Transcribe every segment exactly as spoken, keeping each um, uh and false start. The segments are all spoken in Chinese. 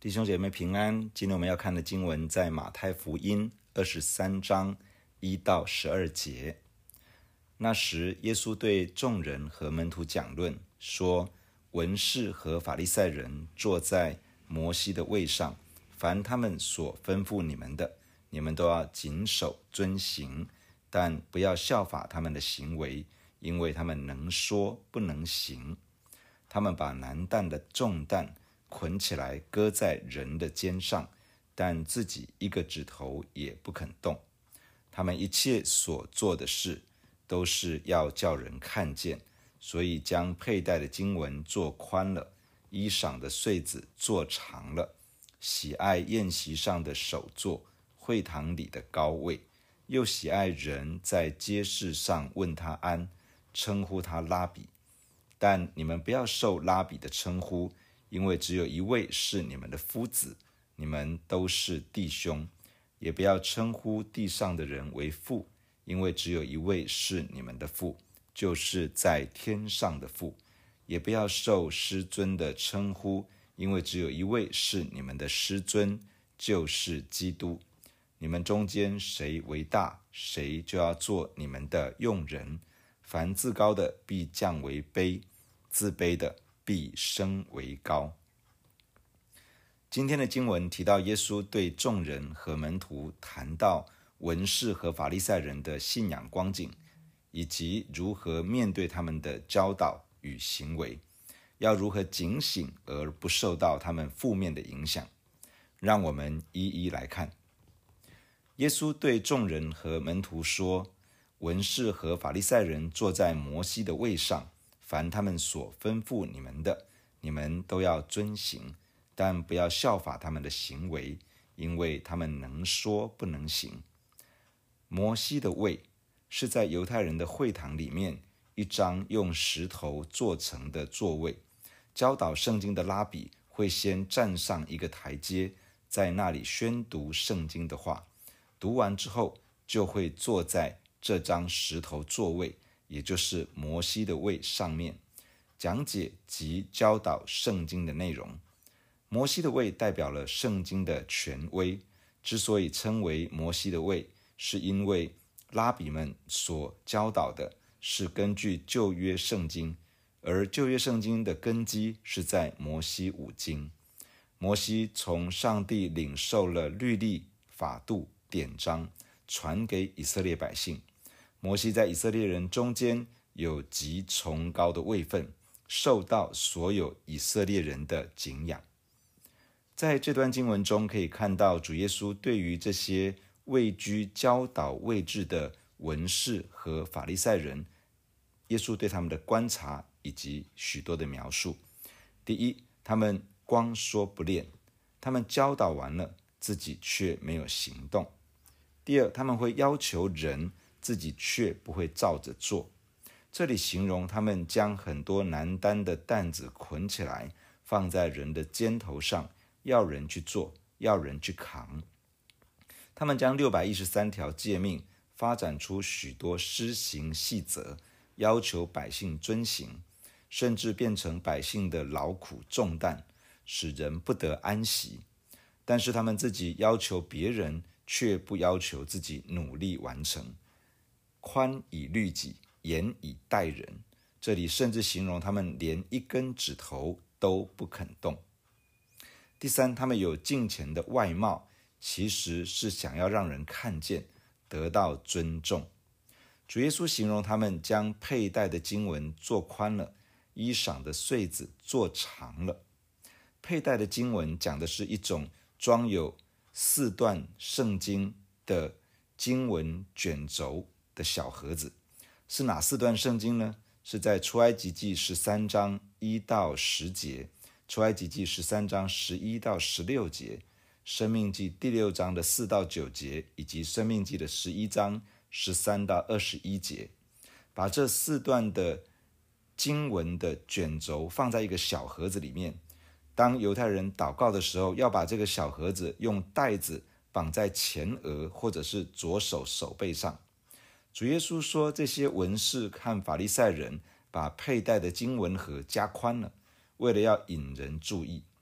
弟兄姐妹平安，今天我们要看的经文在马太福音二十三章一到十二节。那时耶稣对众人和门徒讲论，说：文士和法利赛人坐在摩西的位上，凡他们所吩咐你们的，你们都要谨守遵行，但不要效法他们的行为，因为他们能说不能行。他们把难担的重担捆起来搁在人的肩上，但自己一个指头也不肯动。他们一切所做的事都是要叫人看见，所以将佩戴的经文做宽了，衣裳的穗子做长了，喜爱宴席上的首座，会堂里的高位，又喜爱人在街市上问他安，称呼他拉比。但你们不要受拉比的称呼，因为只有一位是你们的夫子，你们都是弟兄。也不要称呼地上的人为父，因为只有一位是你们的父，就是在天上的父。也不要受师尊的称呼，因为只有一位是你们的师尊，就是基督。你们中间谁为大，谁就要做你们的用人。凡自高的必降为卑，自卑的必升为高。今天的经文提到耶稣对众人和门徒谈到文士和法利赛人的信仰光景，以及如何面对他们的教导与行为，要如何警醒而不受到他们负面的影响。让我们一一来看。耶稣对众人和门徒说：文士和法利赛人坐在摩西的位上，凡他们所吩咐你们的，你们都要遵行，但不要效法他们的行为，因为他们能说不能行。摩西的位是在犹太人的会堂里面一张用石头做成的座位，教导圣经的拉比会先站上一个台阶，在那里宣读圣经的话，读完之后就会坐在这张石头座位，也就是摩西的位上面，讲解及教导圣经的内容。摩西的位代表了圣经的权威，之所以称为摩西的位，是因为拉比们所教导的是根据旧约圣经，而旧约圣经的根基是在摩西五经。摩西从上帝领受了律例、法度、典章，传给以色列百姓。摩西在以色列人中间有极崇高的位分，受到所有以色列人的敬仰。在这段经文中可以看到主耶稣对于这些位居教导位置的文士和法利赛人，耶稣对他们的观察以及许多的描述。第一，他们光说不练，他们教导完了，自己却没有行动。第二，他们会要求人，自己却不会照着做。这里形容他们将很多难担的担子捆起来，放在人的肩头上，要人去做，要人去扛。他们将六百一十三条诫命发展出许多施行细则，要求百姓遵行，甚至变成百姓的劳苦重担，使人不得安息。但是他们自己要求别人，却不要求自己努力完成。宽以律己，严以待人。这里甚至形容他们连一根指头都不肯动。第三，他们有敬虔的外貌，其实是想要让人看见，得到尊重。主耶稣形容他们将佩戴的经文做宽了，衣裳的穗子做长了。佩戴的经文讲的是一种装有四段圣经的经文卷轴的小盒子。是哪四段圣经呢？是在出埃及记十三章一到十节，出埃及记十三章十一到十六节，申命记第六章的四到九节，以及申命记的十一章十三到二十一节。把这四段的经文的卷轴放在一个小盒子里面，当犹太人祷告的时候，要把这个小盒子用带子绑在前额或者是左手手背上。主耶稣说，这些文士和法利赛人把佩戴的经文盒加宽了，为了要引人注意。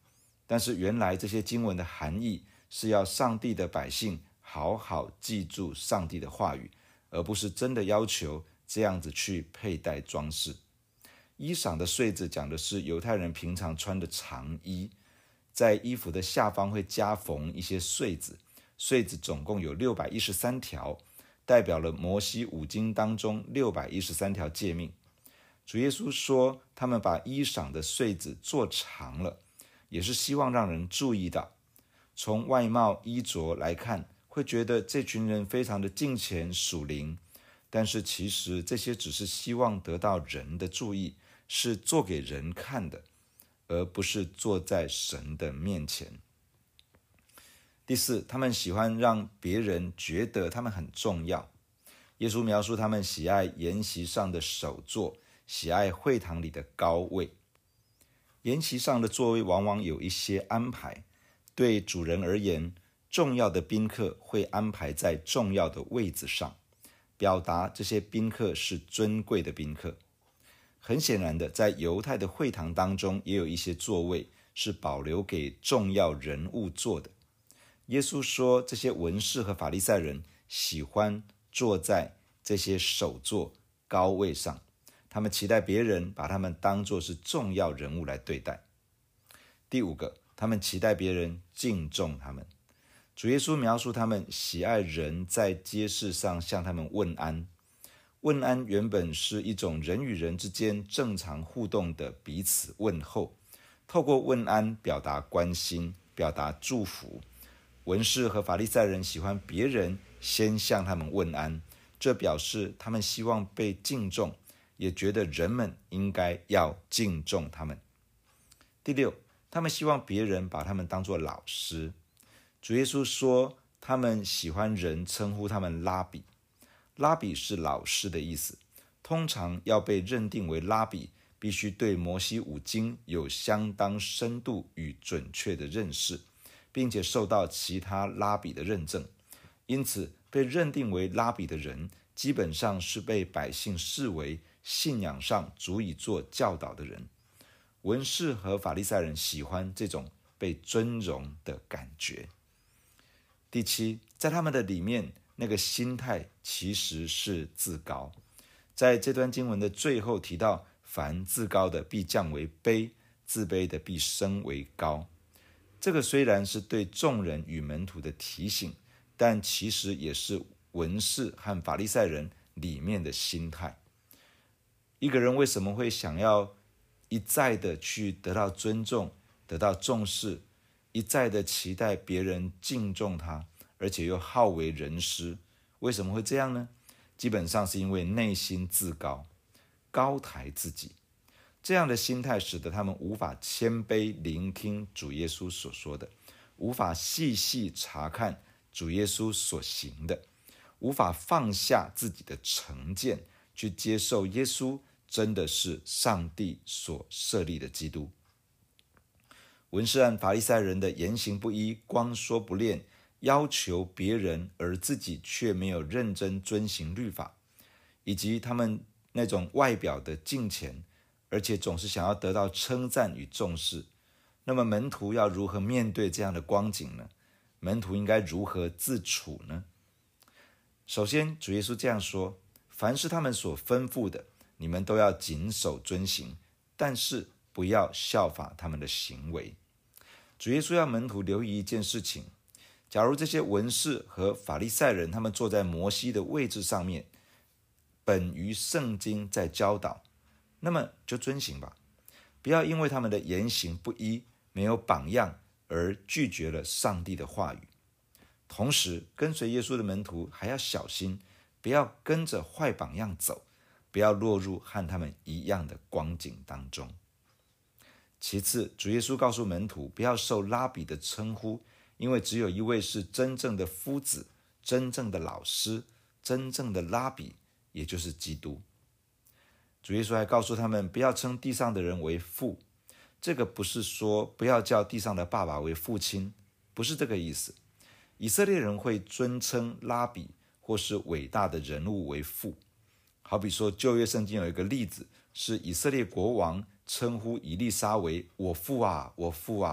但是原来这些经文的含义是要上帝的百姓好好记住上帝的话语，而不是真的要求这样子去佩戴装饰。衣裳的穗子讲的是犹太人平常穿的长衣，在衣服的下方会加缝一些穗子，穗子总共有六百一十三条，代表了摩西五经当中六百一十三条诫命。主耶稣说他们把衣裳的穗子做长了，也是希望让人注意到，从外貌衣着来看，会觉得这群人非常的敬虔属灵，但是其实这些只是希望得到人的注意，是做给人看的，而不是坐在神的面前。第四，他们喜欢让别人觉得他们很重要。耶稣描述他们喜爱筵席上的首座，喜爱会堂里的高位。筵席上的座位往往有一些安排，对主人而言，重要的宾客会安排在重要的位子上，表达这些宾客是尊贵的宾客。很显然的，在犹太的会堂当中，也有一些座位是保留给重要人物坐的。耶稣说，这些文士和法利赛人喜欢坐在这些首座高位上，他们期待别人把他们当作是重要人物来对待。第五个，他们期待别人敬重他们。主耶稣描述他们喜爱人在街市上向他们问安。问安原本是一种人与人之间正常互动的彼此问候，透过问安表达关心，表达祝福。文士和法利赛人喜欢别人先向他们问安，这表示他们希望被敬重，也觉得人们应该要敬重他们。第六，他们希望别人把他们当作老师。主耶稣说，他们喜欢人称呼他们拉比。拉比是老师的意思，通常要被认定为拉比，必须对摩西五经有相当深度与准确的认识，并且受到其他拉比的认证。因此，被认定为拉比的人，基本上是被百姓视为信仰上足以做教导的人。文士和法利赛人喜欢这种被尊荣的感觉。第七，在他们的里面，那个心态其实是自高。在这段经文的最后提到，凡自高的必降为卑，自卑的必升为高。这个虽然是对众人与门徒的提醒，但其实也是文士和法利赛人里面的心态。一个人为什么会想要一再的去得到尊重，得到重视，一再的期待别人敬重他，而且又好为人师？为什么会这样呢？基本上是因为内心自高，高抬自己。这样的心态使得他们无法谦卑聆听主耶稣所说的，无法细细查看主耶稣所行的，无法放下自己的成见，去接受耶稣真的是上帝所设立的基督。文士和法利赛人的言行不一，光说不练，要求别人而自己却没有认真遵行律法，以及他们那种外表的敬虔，而且总是想要得到称赞与重视。那么门徒要如何面对这样的光景呢？门徒应该如何自处呢？首先，主耶稣这样说，凡是他们所吩咐的，你们都要谨守遵行，但是不要效法他们的行为。主耶稣要门徒留意一件事情，假如这些文士和法利赛人他们坐在摩西的位置上面，本于圣经在教导，那么就遵行吧，不要因为他们的言行不一，没有榜样而拒绝了上帝的话语。同时，跟随耶稣的门徒还要小心，不要跟着坏榜样走，不要落入和他们一样的光景当中。其次，主耶稣告诉门徒不要受拉比的称呼，因为只有一位是真正的夫子，真正的老师，真正的拉比，也就是基督。主耶稣还告诉他们不要称地上的人为父，这个不是说不要叫地上的爸爸为父亲，不是这个意思。以色列人会尊称拉比或是伟大的人物为父，好比说旧约圣经有一个例子，是以色列国王称呼以利沙为我父啊，我父啊，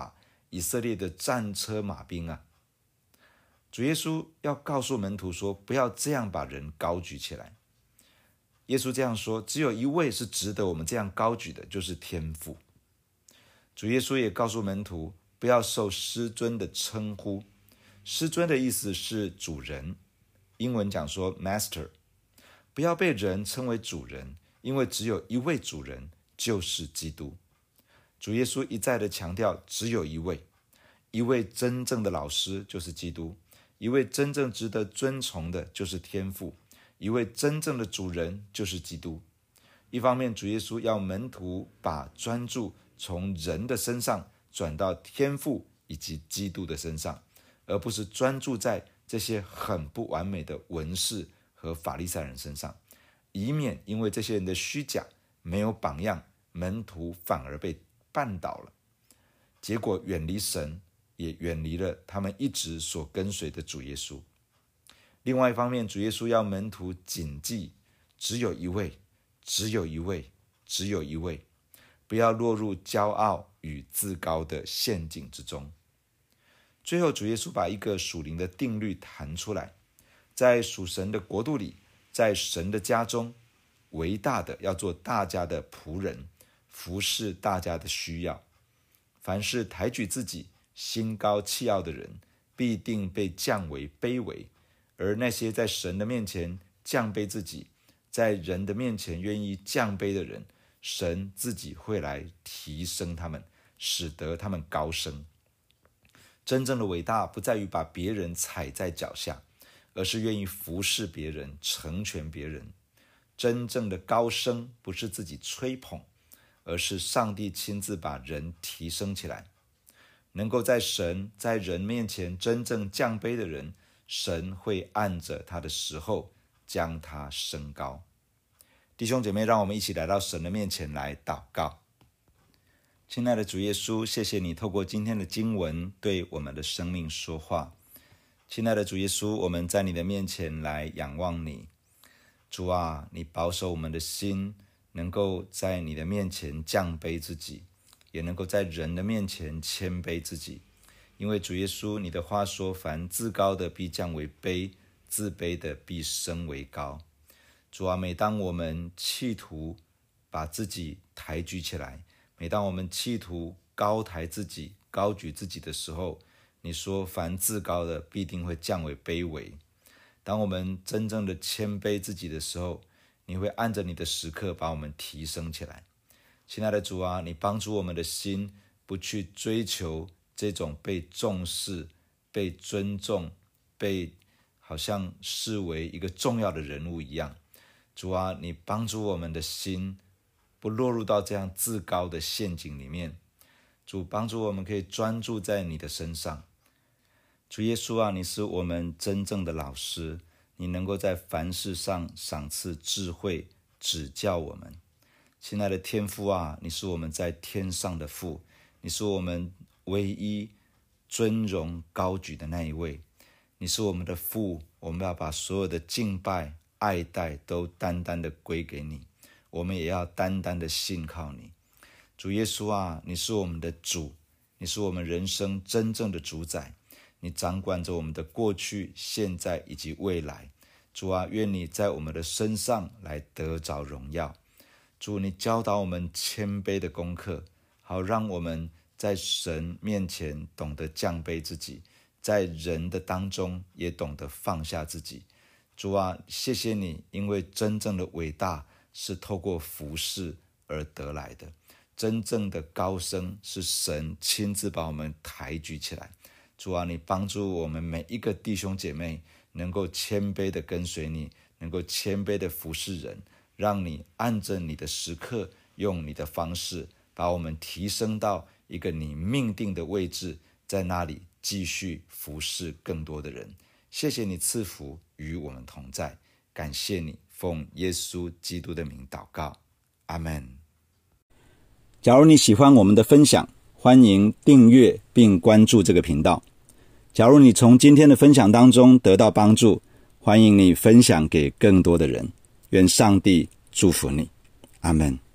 以色列的战车马兵啊。主耶稣要告诉门徒说，不要这样把人高举起来。耶稣这样说，只有一位是值得我们这样高举的，就是天父。主耶稣也告诉门徒，不要受师尊的称呼。师尊的意思是主人，英文讲说 master。 不要被人称为主人，因为只有一位主人，就是基督。主耶稣一再的强调，只有一位，一位真正的老师就是基督，一位真正值得尊崇的就是天父，一位真正的主人就是基督。一方面，主耶稣要门徒把专注从人的身上转到天父以及基督的身上，而不是专注在这些很不完美的文士和法利赛人身上，以免因为这些人的虚假没有榜样，门徒反而被绊倒了，结果远离神，也远离了他们一直所跟随的主耶稣。另外一方面，主耶稣要门徒谨记，只有一位，只有一位，只有一位，不要落入骄傲与自高的陷阱之中。最后，主耶稣把一个属灵的定律谈出来，在属神的国度里，在神的家中，为大的要做大家的仆人，服侍大家的需要。凡是抬举自己、心高气傲的人，必定被降为卑微；而那些在神的面前降卑自己，在人的面前愿意降卑的人，神自己会来提升他们，使得他们高升。真正的伟大不在于把别人踩在脚下，而是愿意服侍别人，成全别人。真正的高升不是自己吹捧，而是上帝亲自把人提升起来。能够在神在人面前真正降卑的人，神会按着他的时候将他升高。弟兄姐妹，让我们一起来到神的面前来祷告。亲爱的主耶稣，谢谢你透过今天的经文对我们的生命说话。亲爱的主耶稣，我们在你的面前来仰望你。主啊，你保守我们的心，能够在你的面前降卑自己，也能够在人的面前谦卑自己。因为主耶稣，你的话说，凡自高的必降为卑，自卑的必升为高。主啊，每当我们企图把自己抬举起来，每当我们企图高抬自己、高举自己的时候，你说凡自高的必定会降为卑微。当我们真正的谦卑自己的时候，你会按着你的时刻把我们提升起来。亲爱的主啊，你帮助我们的心不去追求这种被重视、被尊重、被好像视为一个重要的人物一样。主啊，你帮助我们的心不落入到这样自高的陷阱里面。主，帮助我们可以专注在你的身上。主耶稣啊，你是我们真正的老师，你能够在凡事上赏赐智慧，指教我们。亲爱的天父啊，你是我们在天上的父，你是我们唯一尊荣高举的那一位。你是我们的父，我们要把所有的敬拜、爱戴都单单的归给你，我们也要单单的信靠你。主耶稣啊，你是我们的主，你是我们人生真正的主宰，你掌管着我们的过去、现在以及未来。主啊，愿你在我们的身上来得着荣耀。主，你教导我们谦卑的功课，好让我们在神面前懂得降卑自己，在人的当中也懂得放下自己。主啊，谢谢你，因为真正的伟大是透过服事而得来的，真正的高升是神亲自把我们抬举起来。主啊，你帮助我们每一个弟兄姐妹能够谦卑的跟随你，能够谦卑的服侍人，让你按着你的时刻，用你的方式把我们提升到一个你命定的位置，在那里继续服侍更多的人。谢谢你赐福与我们同在，感谢你，奉耶稣基督的名祷告，阿们。假如你喜欢我们的分享，欢迎订阅并关注这个频道。假如你从今天的分享当中得到帮助，欢迎你分享给更多的人。愿上帝祝福你，阿们。